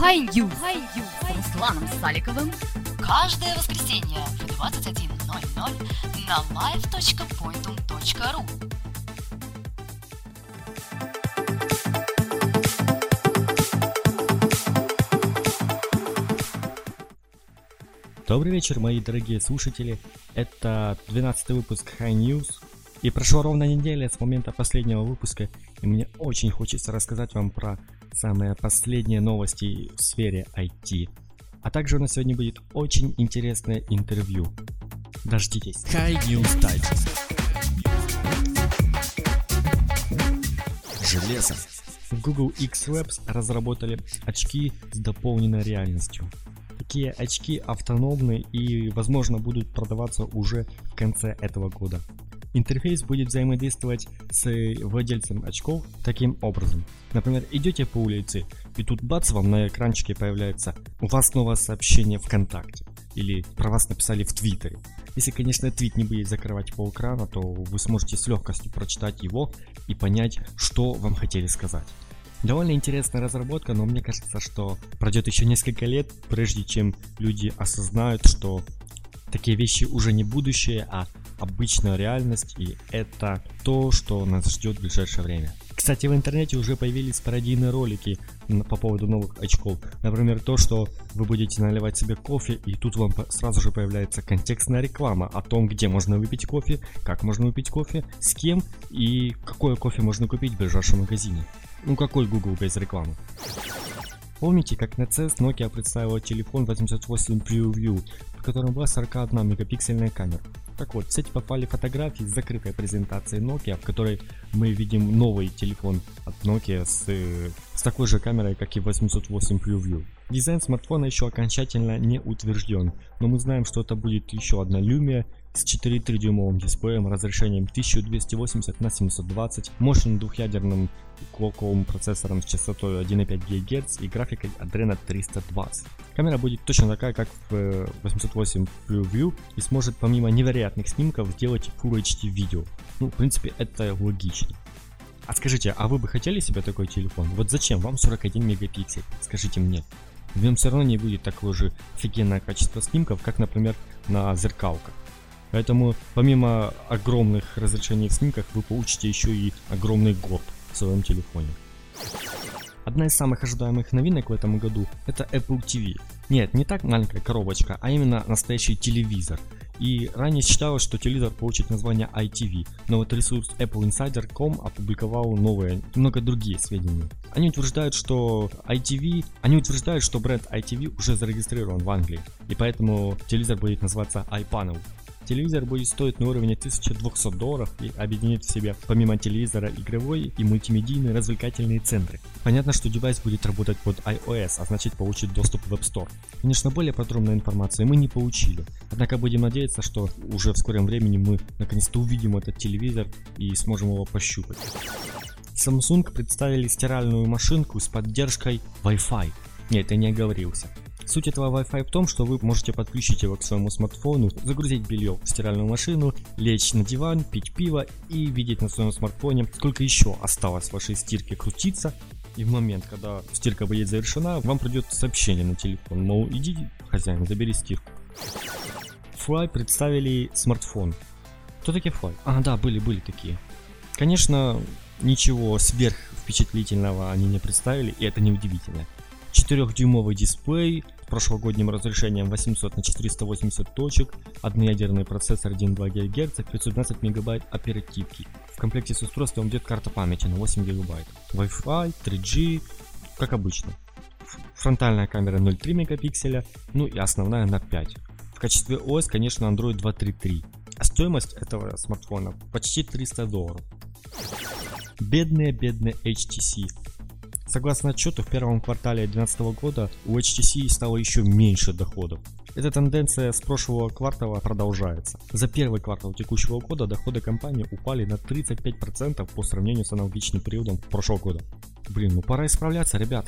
Хай Ньюз с Русланом Саликовым каждое воскресенье в 21:00 на live.pointum.ru. Добрый вечер, мои дорогие слушатели. Это 12-й выпуск High News. И прошла ровно неделя с момента последнего выпуска, и мне очень хочется рассказать вам про самые последние новости в сфере IT. А также у нас сегодня будет очень интересное интервью. Дождитесь. High News Time. Железо. В Google X Labs разработали очки с дополненной реальностью. Такие очки автономны и, возможно, будут продаваться уже в конце этого года. Интерфейс будет взаимодействовать с владельцем очков таким образом. Например, идете по улице, и тут бац, вам на экранчике появляется «У вас новое сообщение ВКонтакте» или «Про вас написали в Твиттере». Если, конечно, твит не будет закрывать полэкрана, то вы сможете с легкостью прочитать его и понять, что вам хотели сказать. Довольно интересная разработка, но мне кажется, что пройдет еще несколько лет, прежде чем люди осознают, что такие вещи уже не будущее, а обычная реальность, и это то, что нас ждет в ближайшее время. Кстати, в интернете уже появились пародийные ролики по поводу новых очков. Например, то, что вы будете наливать себе кофе, и тут вам сразу же появляется контекстная реклама о том, где можно выпить кофе, как можно выпить кофе, с кем и какое кофе можно купить в ближайшем магазине. Ну какой Google без рекламы? Помните, как на CES Nokia представила телефон 88 Preview, в котором была 41 мегапиксельная камера? Так вот, в сеть попали фотографии с закрытой презентацией Nokia, в которой мы видим новый телефон от Nokia с такой же камерой, как и 808 Preview. Дизайн смартфона еще окончательно не утвержден, но мы знаем, что это будет еще одна Lumia с 4,3 дюймовым дисплеем, разрешением 1280 на 720, мощным двухъядерным Qualcomm процессором с частотой 1,5 ГГц и графикой Adreno 320. Камера будет точно такая, как в 808 Preview, и сможет помимо невероятных снимков сделать Full HD видео. Ну, в принципе, это логично. А скажите, а вы бы хотели себе такой телефон? Вот зачем вам 41 мегапиксель? Скажите мне. В нем все равно не будет такое же офигенное качество снимков, как, например, на зеркалках. Поэтому помимо огромных разрешений в снимках, вы получите еще и огромный горб в своем телефоне. Одна из самых ожидаемых новинок в этом году — это Apple TV. Нет, не так маленькая коробочка, а именно настоящий телевизор. И ранее считалось, что телевизор получит название iTV, но вот ресурс AppleInsider.com опубликовал новые, немного другие сведения. Они утверждают, что бренд iTV уже зарегистрирован в Англии, и поэтому телевизор будет называться iPanel. Телевизор будет стоить на уровне $1200 и объединит в себе помимо телевизора игровой и мультимедийные развлекательные центры. Понятно, что девайс будет работать под iOS, а значит получит доступ в App Store. Конечно, более подробной информации мы не получили, однако будем надеяться, что уже в скором времени мы наконец-то увидим этот телевизор и сможем его пощупать. Samsung представили стиральную машинку с поддержкой Wi-Fi. Нет, я не оговорился. Суть этого Wi-Fi в том, что вы можете подключить его к своему смартфону, загрузить белье в стиральную машину, лечь на диван, пить пиво и видеть на своем смартфоне, сколько еще осталось вашей стирки крутиться. И в момент, когда стирка будет завершена, вам придет сообщение на телефон, мол, иди, хозяин, забери стирку. Fly представили смартфон. Кто такие Fly? А, да, были такие. Конечно, ничего сверхвпечатлительного они не представили, и это неудивительно. 4-дюймовый дисплей с прошлогодним разрешением 800 на 480 точек, одноядерный процессор 1,2 ГГц, 512 МБ оперативки. В комплекте с устройством идет карта памяти на 8 ГБ. Wi-Fi, 3G, как обычно. Фронтальная камера 0,3 мегапикселя, ну и основная на 5. В качестве ОС, конечно, Android 2.3.3. А стоимость этого смартфона почти $300. Бедные HTC. Согласно отчету, в первом квартале 2012 года у HTC стало еще меньше доходов. Эта тенденция с прошлого квартала продолжается. За первый квартал текущего года доходы компании упали на 35% по сравнению с аналогичным периодом прошлого года. Блин, ну пора исправляться, ребята.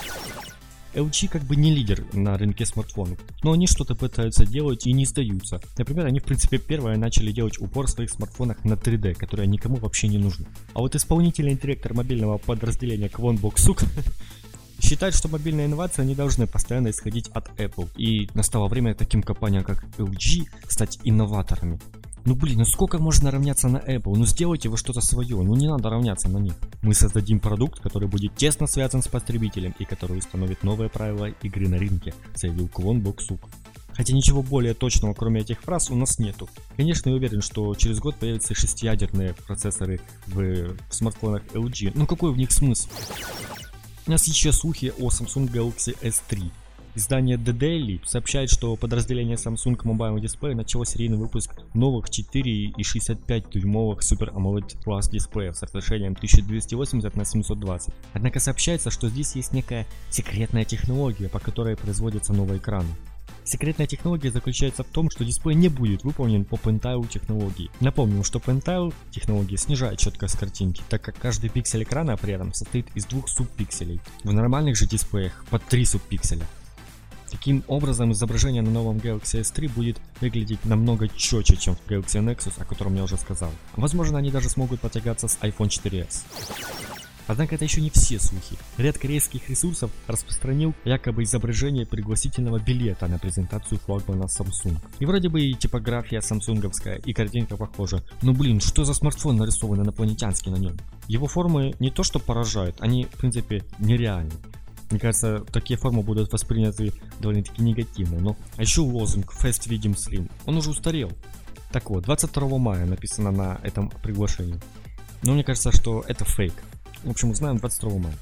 LG как бы не лидер на рынке смартфонов, но они что-то пытаются делать и не сдаются. Например, они в принципе первые начали делать упор в своих смартфонах на 3D, которое никому вообще не нужно. А вот исполнительный директор мобильного подразделения Kwon Bok-suk Считают, что мобильные инновации не должны постоянно исходить от Apple, и настало время таким компаниям, как LG, стать инноваторами. Ну сколько можно равняться на Apple? Ну сделайте вы что-то свое, не надо равняться на них. Мы создадим продукт, который будет тесно связан с потребителем и который установит новые правила игры на рынке, заявил Квон Бок-Сук. Хотя ничего более точного, кроме этих фраз, у нас нету. Конечно, я уверен, что через год появятся 6-ядерные процессоры в смартфонах LG. Какой в них смысл? У нас еще слухи о Samsung Galaxy S3. Издание The Daily сообщает, что подразделение Samsung Mobile Display начало серийный выпуск новых 4,65 дюймовых Super AMOLED Plus дисплеев с разрешением 1280 на 720. Однако сообщается, что здесь есть некая секретная технология, по которой производятся новые экраны. Секретная технология заключается в том, что дисплей не будет выполнен по Pentile технологии. Напомним, что Pentile технология снижает четкость картинки, так как каждый пиксель экрана при этом состоит из 2 субпикселей. В нормальных же дисплеях по 3 субпикселя. Таким образом, изображение на новом Galaxy S3 будет выглядеть намного четче, чем в Galaxy Nexus, о котором я уже сказал. Возможно, они даже смогут потягаться с iPhone 4s. Однако это еще не все слухи. Ряд корейских ресурсов распространил якобы изображение пригласительного билета на презентацию флагмана Samsung. И вроде бы и типография самсунговская, и картинка похожа. Что за смартфон нарисован инопланетянский на нем? Его формы не то что поражают, они в принципе нереальны. Мне кажется, такие формы будут восприняты довольно-таки негативно. А еще лозунг Fast Видим Slim, он уже устарел. Так вот, 22 мая написано на этом приглашении. Но мне кажется, что это фейк. В общем, узнаем 22 мая.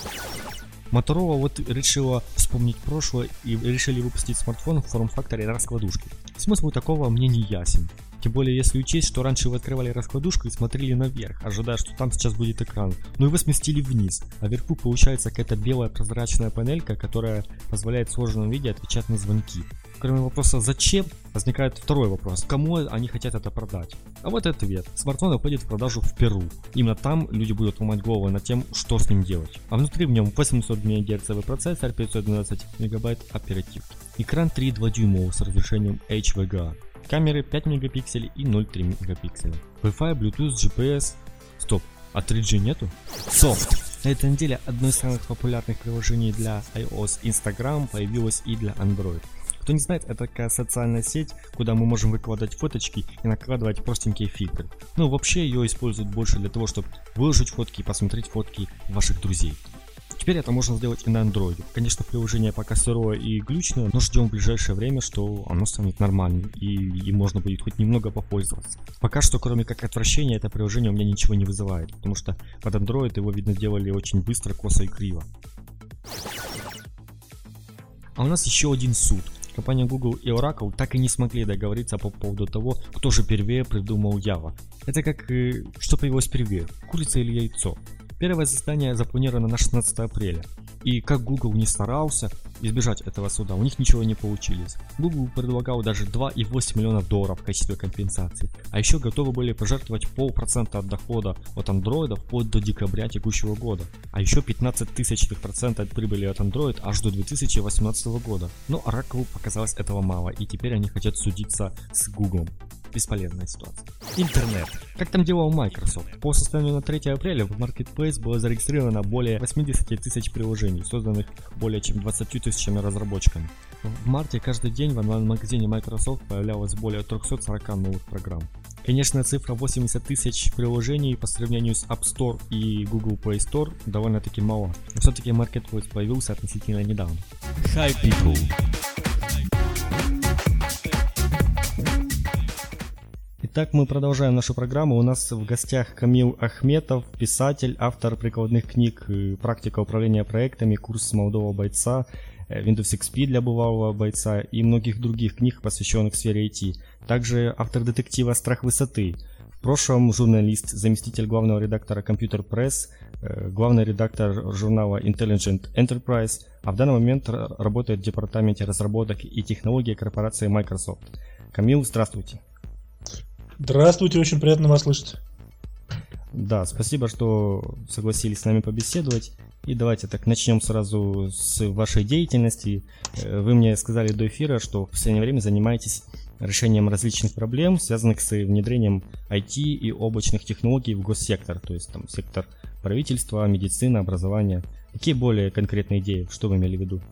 Motorola решила вспомнить прошлое и решили выпустить смартфон в форм-факторе раскладушки. Смысл такого мне не ясен. Тем более, если учесть, что раньше вы открывали раскладушку и смотрели наверх, ожидая, что там сейчас будет экран. Но его сместили вниз, а вверху получается какая-то белая прозрачная панелька, которая позволяет в сложенном виде отвечать на звонки. Кроме вопроса «зачем?», возникает второй вопрос: кому они хотят это продать? А вот ответ. Смартфон выходит в продажу в Перу. Именно там люди будут ломать голову над тем, что с ним делать. А внутри в нем 800 МГц процессор, 512 МБ оперативки. Экран 3,2 дюймов с разрешением HVGA. Камеры 5 мегапикселей и 0,3 мегапикселя. Wi-Fi, Bluetooth, GPS. Стоп, а 3G нету? Софт. На этой неделе одно из самых популярных приложений для iOS Instagram появилось и для Android. Кто не знает, это такая социальная сеть, куда мы можем выкладывать фоточки и накладывать простенькие фильтры. Вообще ее используют больше для того, чтобы выложить фотки и посмотреть фотки ваших друзей. Теперь это можно сделать и на Android. Конечно, приложение пока сырое и глючное, но ждем в ближайшее время, что оно станет нормальным и им можно будет хоть немного попользоваться. Пока что, кроме как отвращения, это приложение у меня ничего не вызывает, потому что под Android его, видно, делали очень быстро, косо и криво. А у нас еще один суд. Компания Google и Oracle так и не смогли договориться по поводу того, кто же первее придумал Java. Это как что появилось первее, курица или яйцо. Первое заседание запланировано на 16 апреля. И как Google не старался избежать этого суда, у них ничего не получилось. Google предлагал даже $2,8 миллиона в качестве компенсации. А еще готовы были пожертвовать 0,5% от дохода от Android вплоть до декабря текущего года. А еще 0,15% от прибыли от Android аж до 2018 года. Но Oracle показалось этого мало, и теперь они хотят судиться с Google. Бесполезная ситуация. Интернет. Как там дела у Microsoft? По состоянию на 3 апреля в Marketplace было зарегистрировано более 80 тысяч приложений, созданных более чем 20 тысячами разработчиками. В марте каждый день в онлайн-магазине Microsoft появлялось более 340 новых программ. Конечно, цифра 80 тысяч приложений по сравнению с App Store и Google Play Store довольно-таки мала. Но все-таки Marketplace появился относительно недавно. Hi people! Итак, мы продолжаем нашу программу. У нас в гостях Камил Ахметов, писатель, автор прикладных книг «Практика управления проектами», «Курс молодого бойца», Windows XP для бывалого бойца и многих других книг, посвященных сфере IT. Также автор детектива «Страх высоты». В прошлом журналист, заместитель главного редактора Computer Press, главный редактор журнала Intelligent Enterprise, а в данный момент работает в департаменте разработок и технологий корпорации Microsoft. Камил, здравствуйте. Здравствуйте, очень приятно вас слышать. Да, спасибо, что согласились с нами побеседовать. И давайте так начнем сразу с вашей деятельности. Вы мне сказали до эфира, что в последнее время занимаетесь решением различных проблем, связанных с внедрением IT и облачных технологий в госсектор, то есть там сектор правительства, медицина, образования. Какие более конкретные идеи? Что вы имели в виду?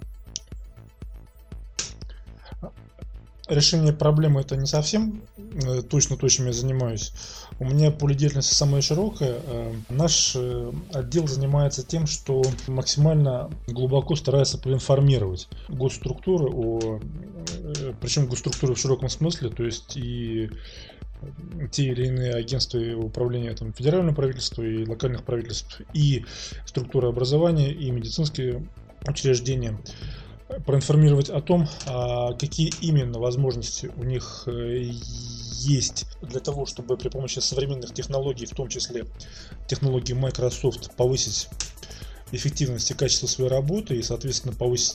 Решение проблемы это не совсем точно то, чем я занимаюсь. У меня поле деятельности самое широкое. Наш отдел занимается тем, что максимально глубоко старается проинформировать госструктуры причем госструктуры в широком смысле, то есть и те или иные агентства и управления федерального правительства и локальных правительств, и структуры образования, и медицинские учреждения, проинформировать о том, какие именно возможности у них есть для того, чтобы при помощи современных технологий, в том числе технологий Microsoft, повысить эффективность и качество своей работы и, соответственно,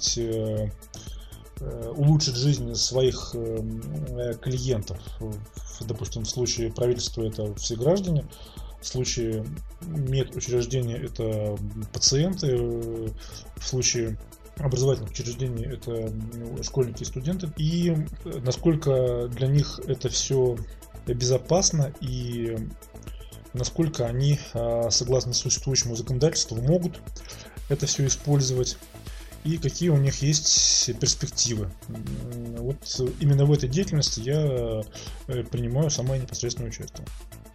улучшить жизнь своих клиентов. Допустим, в случае правительства это все граждане, в случае медучреждения это пациенты, в случае образовательных учреждений это школьники и студенты, и насколько для них это все безопасно и насколько они, согласно существующему законодательству, могут это все использовать и какие у них есть перспективы. Вот именно в этой деятельности я принимаю самое непосредственное участие.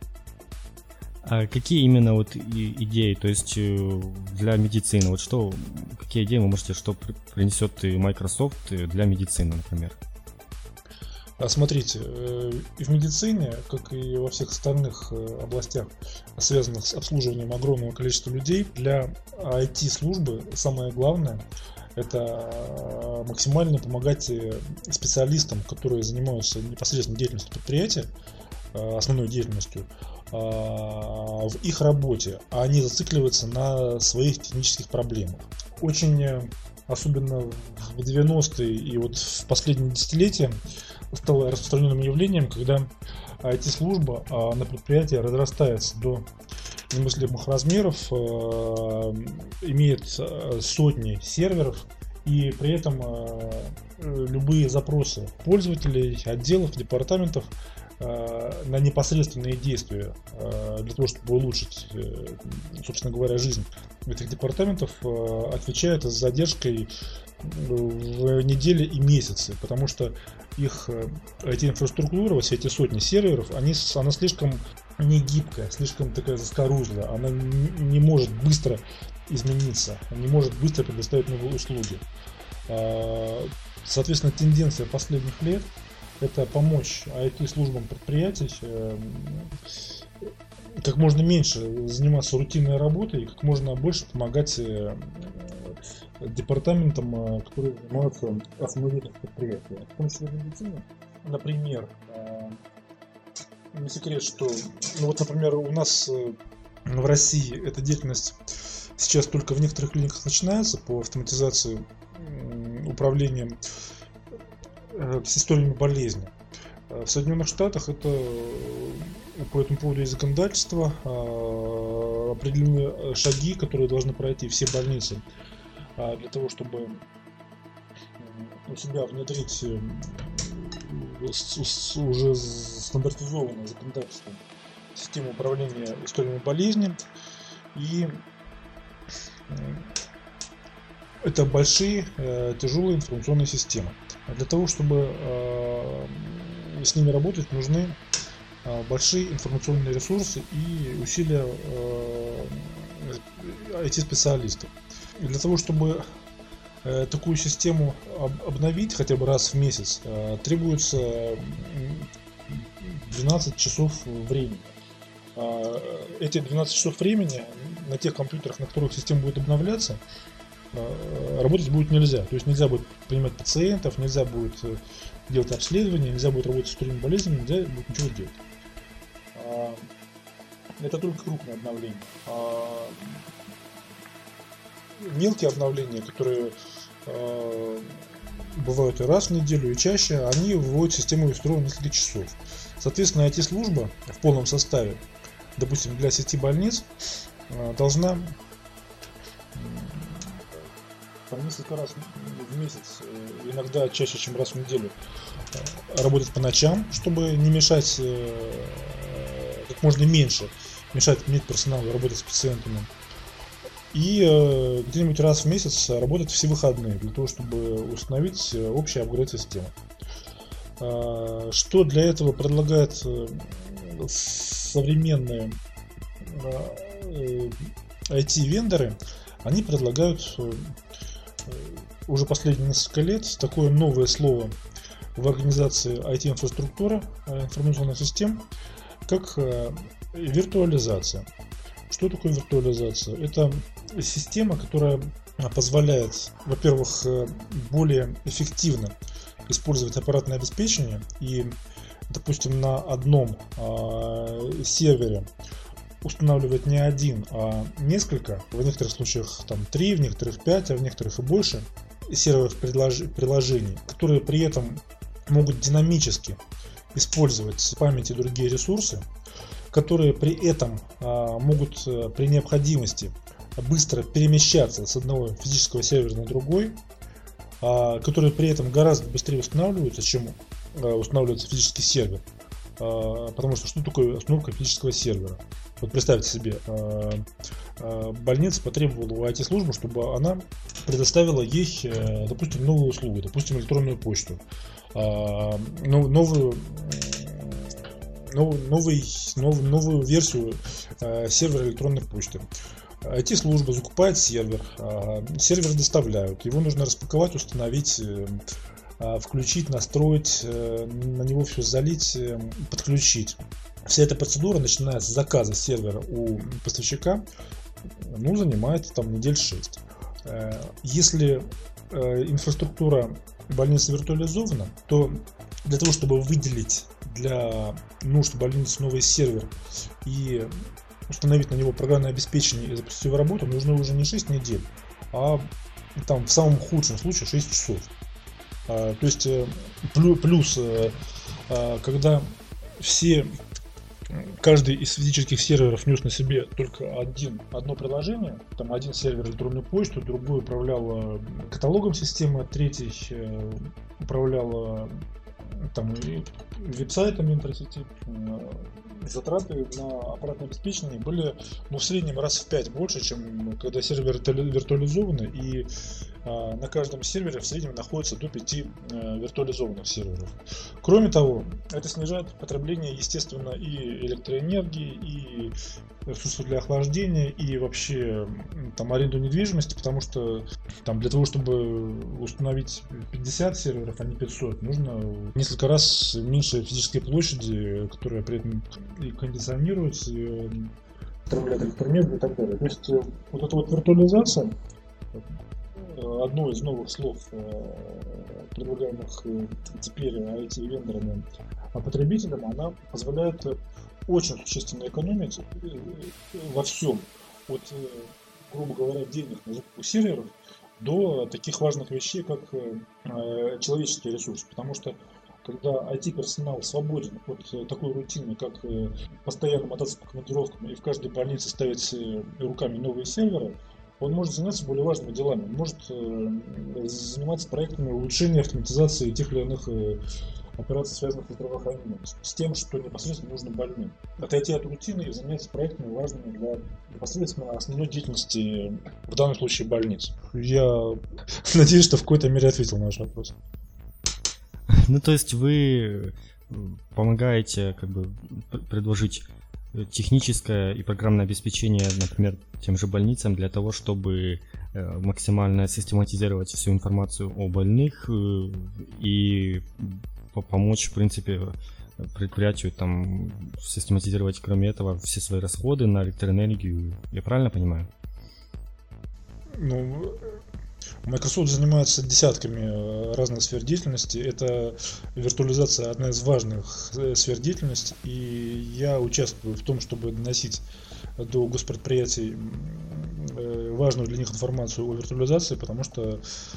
А какие именно идеи, то есть для медицины? Какие идеи вы можете, что принесет Microsoft для медицины, например? Смотрите, и в медицине, как и во всех остальных областях, связанных с обслуживанием огромного количества людей, для IT-службы самое главное — это максимально помогать специалистам, которые занимаются непосредственно деятельностью предприятия, основной деятельностью, в их работе, а не зацикливаться на своих технических проблемах. Очень, особенно в 90-е и в последние десятилетия, стало распространенным явлением, когда IT-служба на предприятии разрастается до немыслимых размеров, имеет сотни серверов, и при этом любые запросы пользователей, отделов, департаментов на непосредственные действия для того, чтобы улучшить, собственно говоря, жизнь этих департаментов, отвечают с задержкой в недели и месяцы, потому что их IT-инфраструктура, все эти сотни серверов, она слишком не гибкая, слишком такая заскорузлая, она не может быстро измениться, не может быстро предоставить новые услуги. Соответственно, тенденция последних лет — это помочь IT-службам предприятий как можно меньше заниматься рутинной работой и как можно больше помогать департаментам, которые занимаются основной деятельностью предприятия. В том числе в медицине. Например, не секрет, что, например, у нас в России эта деятельность сейчас только в некоторых клиниках начинается по автоматизации управлением историей болезни. В Соединенных Штатах по этому поводу есть законодательство, определенные шаги, которые должны пройти все больницы для того, чтобы у себя внедрить уже стандартизованное законодательство систему управления историями болезни. И это большие тяжелые информационные системы. Для того, чтобы с ними работать, нужны большие информационные ресурсы и усилия IT-специалистов. И для того, чтобы такую систему обновить хотя бы раз в месяц, требуется 12 часов времени. Эти 12 часов времени на тех компьютерах, на которых система будет обновляться, работать будет нельзя. То есть нельзя будет принимать пациентов, нельзя будет делать обследование, нельзя будет работать с историями болезни, нельзя будет ничего делать. Это только крупные обновления. Мелкие обновления, которые бывают и раз в неделю, и чаще, они вводят систему в строй несколько часов. Соответственно, IT-служба в полном составе, допустим, для сети больниц, должна по несколько раз в месяц, иногда чаще, чем раз в неделю, работать по ночам, чтобы не мешать, как можно меньше мешать медперсоналу работать с пациентами. и где-нибудь раз в месяц работать все выходные для того, чтобы установить общий апгрейд системы. Что для этого предлагают современные IT-вендоры? Они предлагают уже последние несколько лет такое новое слово в организации IT-инфраструктуры, информационных систем, как виртуализация. Что такое виртуализация? Это система, которая позволяет, во-первых, более эффективно использовать аппаратное обеспечение и, допустим, на одном сервере устанавливать не один, а несколько, в некоторых случаях там 3, в некоторых 5, а в некоторых и больше серверов приложений, которые при этом могут динамически использовать память и другие ресурсы, которые при этом могут при необходимости быстро перемещаться с одного физического сервера на другой, которые при этом гораздо быстрее устанавливаются, чем устанавливается физический сервер. Потому что такое установка физического сервера? Вот представьте себе, больница потребовала у IT-службы, чтобы она предоставила ей, допустим, новую услугу, допустим, электронную почту, новую версию сервера электронной почты. IT-служба закупает сервер, сервер доставляют, его нужно распаковать, установить, включить, настроить, на него все залить, подключить. Вся эта процедура, начиная с заказа сервера у поставщика, занимает там недель 6. Если инфраструктура больницы виртуализована, то для того, чтобы выделить для нужд больницы новый сервер и установить на него программное обеспечение и запустить его работу, нужно уже не 6 недель, а там в самом худшем случае 6 часов. То есть плюс, когда каждый из физических серверов нес на себе только одно приложение, там один сервер электронную почту, другой управлял каталогом системы, третий управлял там веб-сайтами интрасети, затраты на аппаратное обеспечение были в среднем раз в 5 больше, чем когда сервер виртуализованы, и на каждом сервере в среднем находится до 5 виртуализованных серверов. Кроме того, это снижает потребление, естественно, и электроэнергии, и ресурсов для охлаждения, и вообще там аренду недвижимости, потому что там для того, чтобы установить 50 серверов, а не 500, нужно несколько раз меньше физической площади, которая при этом и кондиционируется, и потребляет электроэнергию и так далее. То есть вот эта вот виртуализация, одно из новых слов, предлагаемых теперь IT-вендорами потребителям, она позволяет очень существенно экономить во всем, от, грубо говоря, денег на закупку серверов до таких важных вещей, как человеческий ресурс. Потому что когда IT-персонал свободен от такой рутины, как постоянно мотаться по командировкам и в каждой больнице ставить руками новые серверы, он может заняться более важными делами. Он может заниматься проектами улучшения, автоматизации тех или иных операций, связанных с здравоохранением, с тем, что непосредственно нужно больным. Отойти от рутины и заняться проектами, важными для непосредственно основной деятельности, в данном случае больниц. Я надеюсь, что в какой-то мере ответил на ваш вопрос. То есть вы помогаете предложить техническое и программное обеспечение, например, тем же больницам для того, чтобы максимально систематизировать всю информацию о больных и помочь, в принципе, предприятию там систематизировать, кроме этого, все свои расходы на электроэнергию. Я правильно понимаю? Microsoft занимается десятками разных сфер деятельности. Это виртуализация одна из важных сфер деятельности, и я участвую в том, чтобы доносить до госпредприятий важную для них информацию о виртуализации, потому что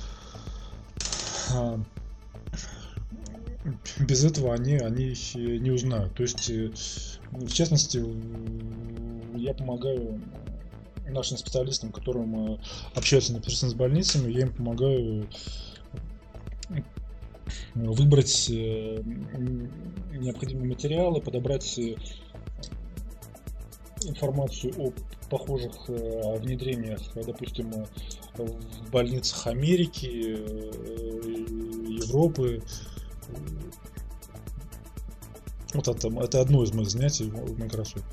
без этого они не узнают. То есть, в частности, я помогаю нашим специалистам, которым общаются непосредственно с больницами, я им помогаю выбрать необходимые материалы, подобрать информацию о похожих внедрениях, допустим, в больницах Америки, Европы. Вот это одно из моих занятий в Microsoft.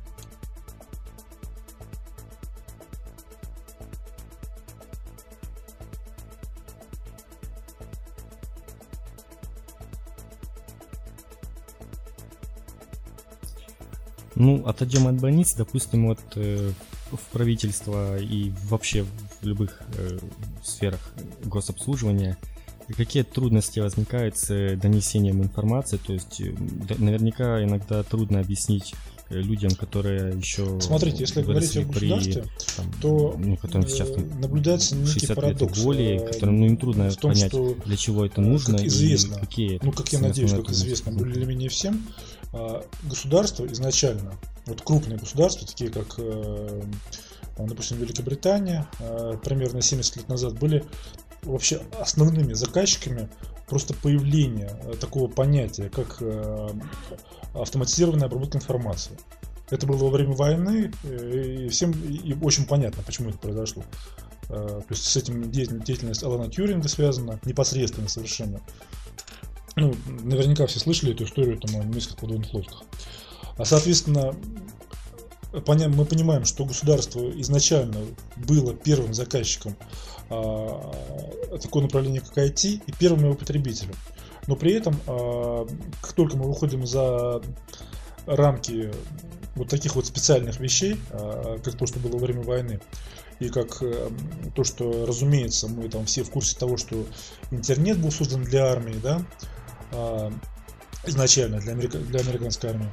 Ну, отойдем от больниц, допустим, вот в правительство и вообще в любых сферах гособслуживания. Какие трудности возникают с донесением информации? То есть наверняка иногда трудно объяснить людям, которые еще... Смотрите, если говорить о государстве, то сейчас, наблюдается некий парадокс. Которым им трудно понять, для чего это нужно. Как известно, и какие как я надеюсь, как известно более или менее всем, государства изначально, вот крупные государства, такие как, допустим, Великобритания, примерно 70 лет назад, были вообще основными заказчиками просто появления такого понятия, как автоматизированная обработка информации. Это было во время войны, и всем и очень понятно, почему это произошло. То есть с этим деятельность Алана Тьюринга связана непосредственно совершенно. Ну, наверняка все слышали эту историю там, о немецких подводных лодках. Соответственно, мы понимаем, что государство изначально было первым заказчиком такого направления, как IT, и первым его потребителем. Но при этом, как только мы выходим за рамки вот таких вот специальных вещей, как то, что было во время войны, и как то, что, разумеется, мы там все в курсе того, что интернет был создан для армии, да, изначально для американской армии.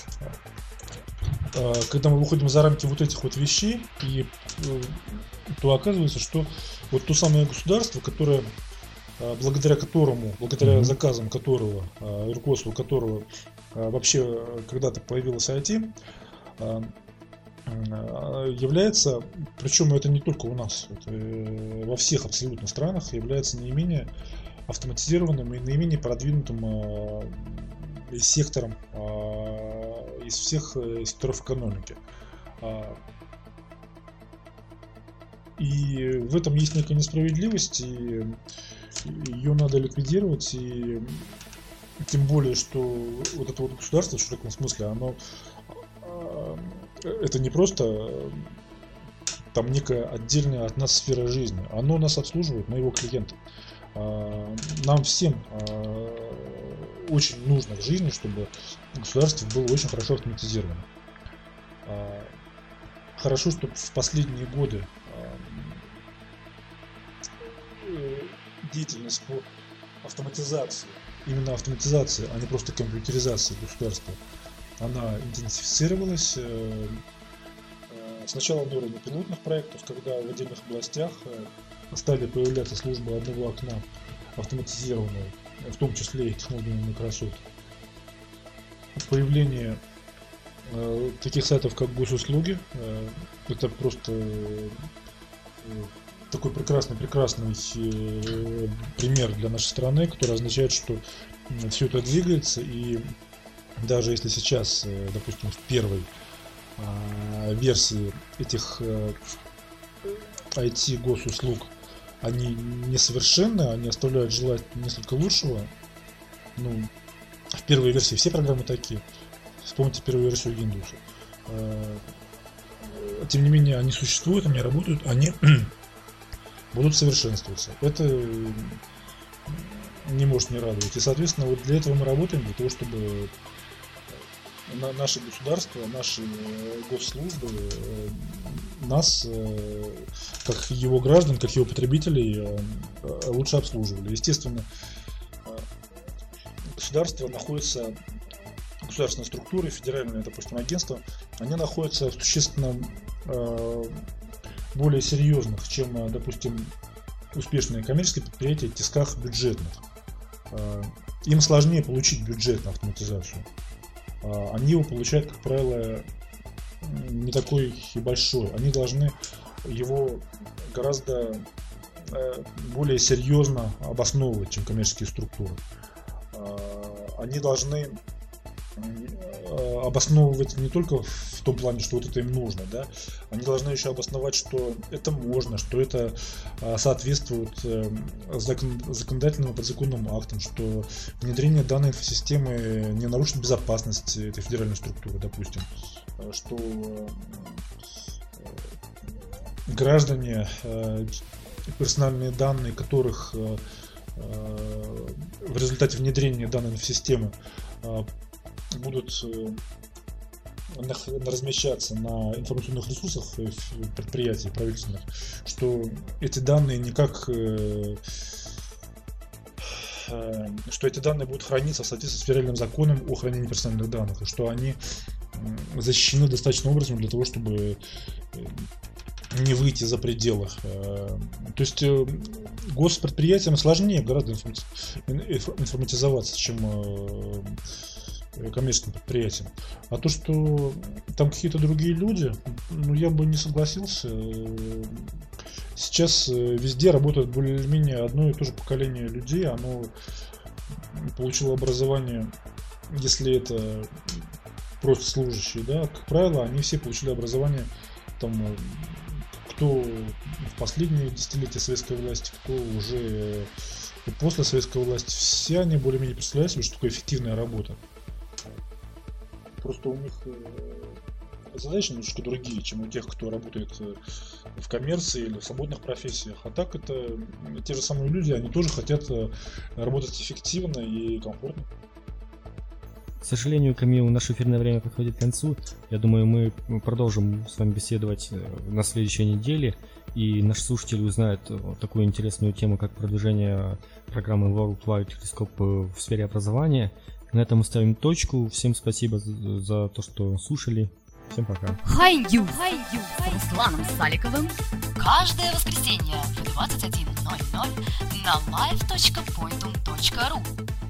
Когда мы выходим за рамки вот этих вот вещей, то оказывается, что вот то самое государство, которое, благодаря заказам которого, руководству которого вообще когда-то появилось IT, является, причем это не только у нас, это во всех абсолютно странах, является наименее автоматизированным и наименее продвинутым сектором из всех секторов экономики. И в этом есть некая несправедливость, и ее надо ликвидировать, и тем более, что вот это вот государство в широком смысле, оно это не просто там некая отдельная от нас сфера жизни, оно нас обслуживает, мы его клиенты. Нам всем очень нужно в жизни, чтобы государство было очень хорошо автоматизировано. Хорошо, что в последние годы деятельность по автоматизации, именно автоматизации, а не просто компьютеризации государства, она интенсифицировалась. Сначала на уровне пилотных проектов, когда в отдельных областях стали появляться службы одного окна автоматизированные, в том числе и технологиями Microsoft. Появление таких сайтов, как госуслуги, это просто такой прекрасный пример для нашей страны, который означает, что все это двигается, и даже если сейчас, допустим, в первой версии этих IT-госуслуг они несовершенны, они оставляют желать несколько лучшего. Ну, в первой версии все программы такие. Вспомните первую версию Windows. Тем не менее, они существуют, они работают, они будут совершенствоваться. Это не может не радовать. И, соответственно, вот для этого мы работаем, для того, чтобы наше государство, наши госслужбы нас, как его граждан, как его потребителей, лучше обслуживали. Естественно, государство находится, государственные структуры, федеральные, допустим, агентства, они находятся в существенно более серьезных, чем, допустим, успешные коммерческие предприятия в тисках бюджетных. Им сложнее получить бюджет на автоматизацию. Они его получают, как правило, не такой и большой. Они должны его гораздо более серьезно обосновывать, чем коммерческие структуры. Они должны обосновывать не только в том плане, что вот это им нужно, да, они должны еще обосновать, что это можно, что это соответствует законодательным и подзаконным актам, что внедрение данной инфосистемы не нарушит безопасность этой федеральной структуры, допустим, что граждане, персональные данные которых в результате внедрения данной инфосистемы будут размещаться на информационных ресурсах предприятий правительственных, что эти данные что эти данные будут храниться в соответствии с федеральным законом о хранении персональных данных, и что они защищены достаточным образом для того, чтобы не выйти за пределы. То есть госпредприятиям сложнее гораздо информатизоваться, чем коммерческим предприятиям. А то, что там какие-то другие люди, я бы не согласился. Сейчас везде работает более-менее одно и то же поколение людей. Оно получило образование, если это просто служащие, да, как правило, они все получили образование там, кто в последние десятилетия советской власти, кто уже после советской власти, все они более-менее представляют себе, что такое эффективная работа. Просто у них задачи немножко другие, чем у тех, кто работает в коммерции или в свободных профессиях. А так это те же самые люди, они тоже хотят работать эффективно и комфортно. К сожалению, Камил, наше эфирное время подходит к концу. Я думаю, мы продолжим с вами беседовать на следующей неделе. И наши слушатели узнают такую интересную тему, как продвижение программы Worldwide Telescope в сфере образования. На этом мы ставим точку. Всем спасибо за то, что слушали. Всем пока. High News с Русланом Саликовым каждое воскресенье в 21:00 на live.pointum.ru.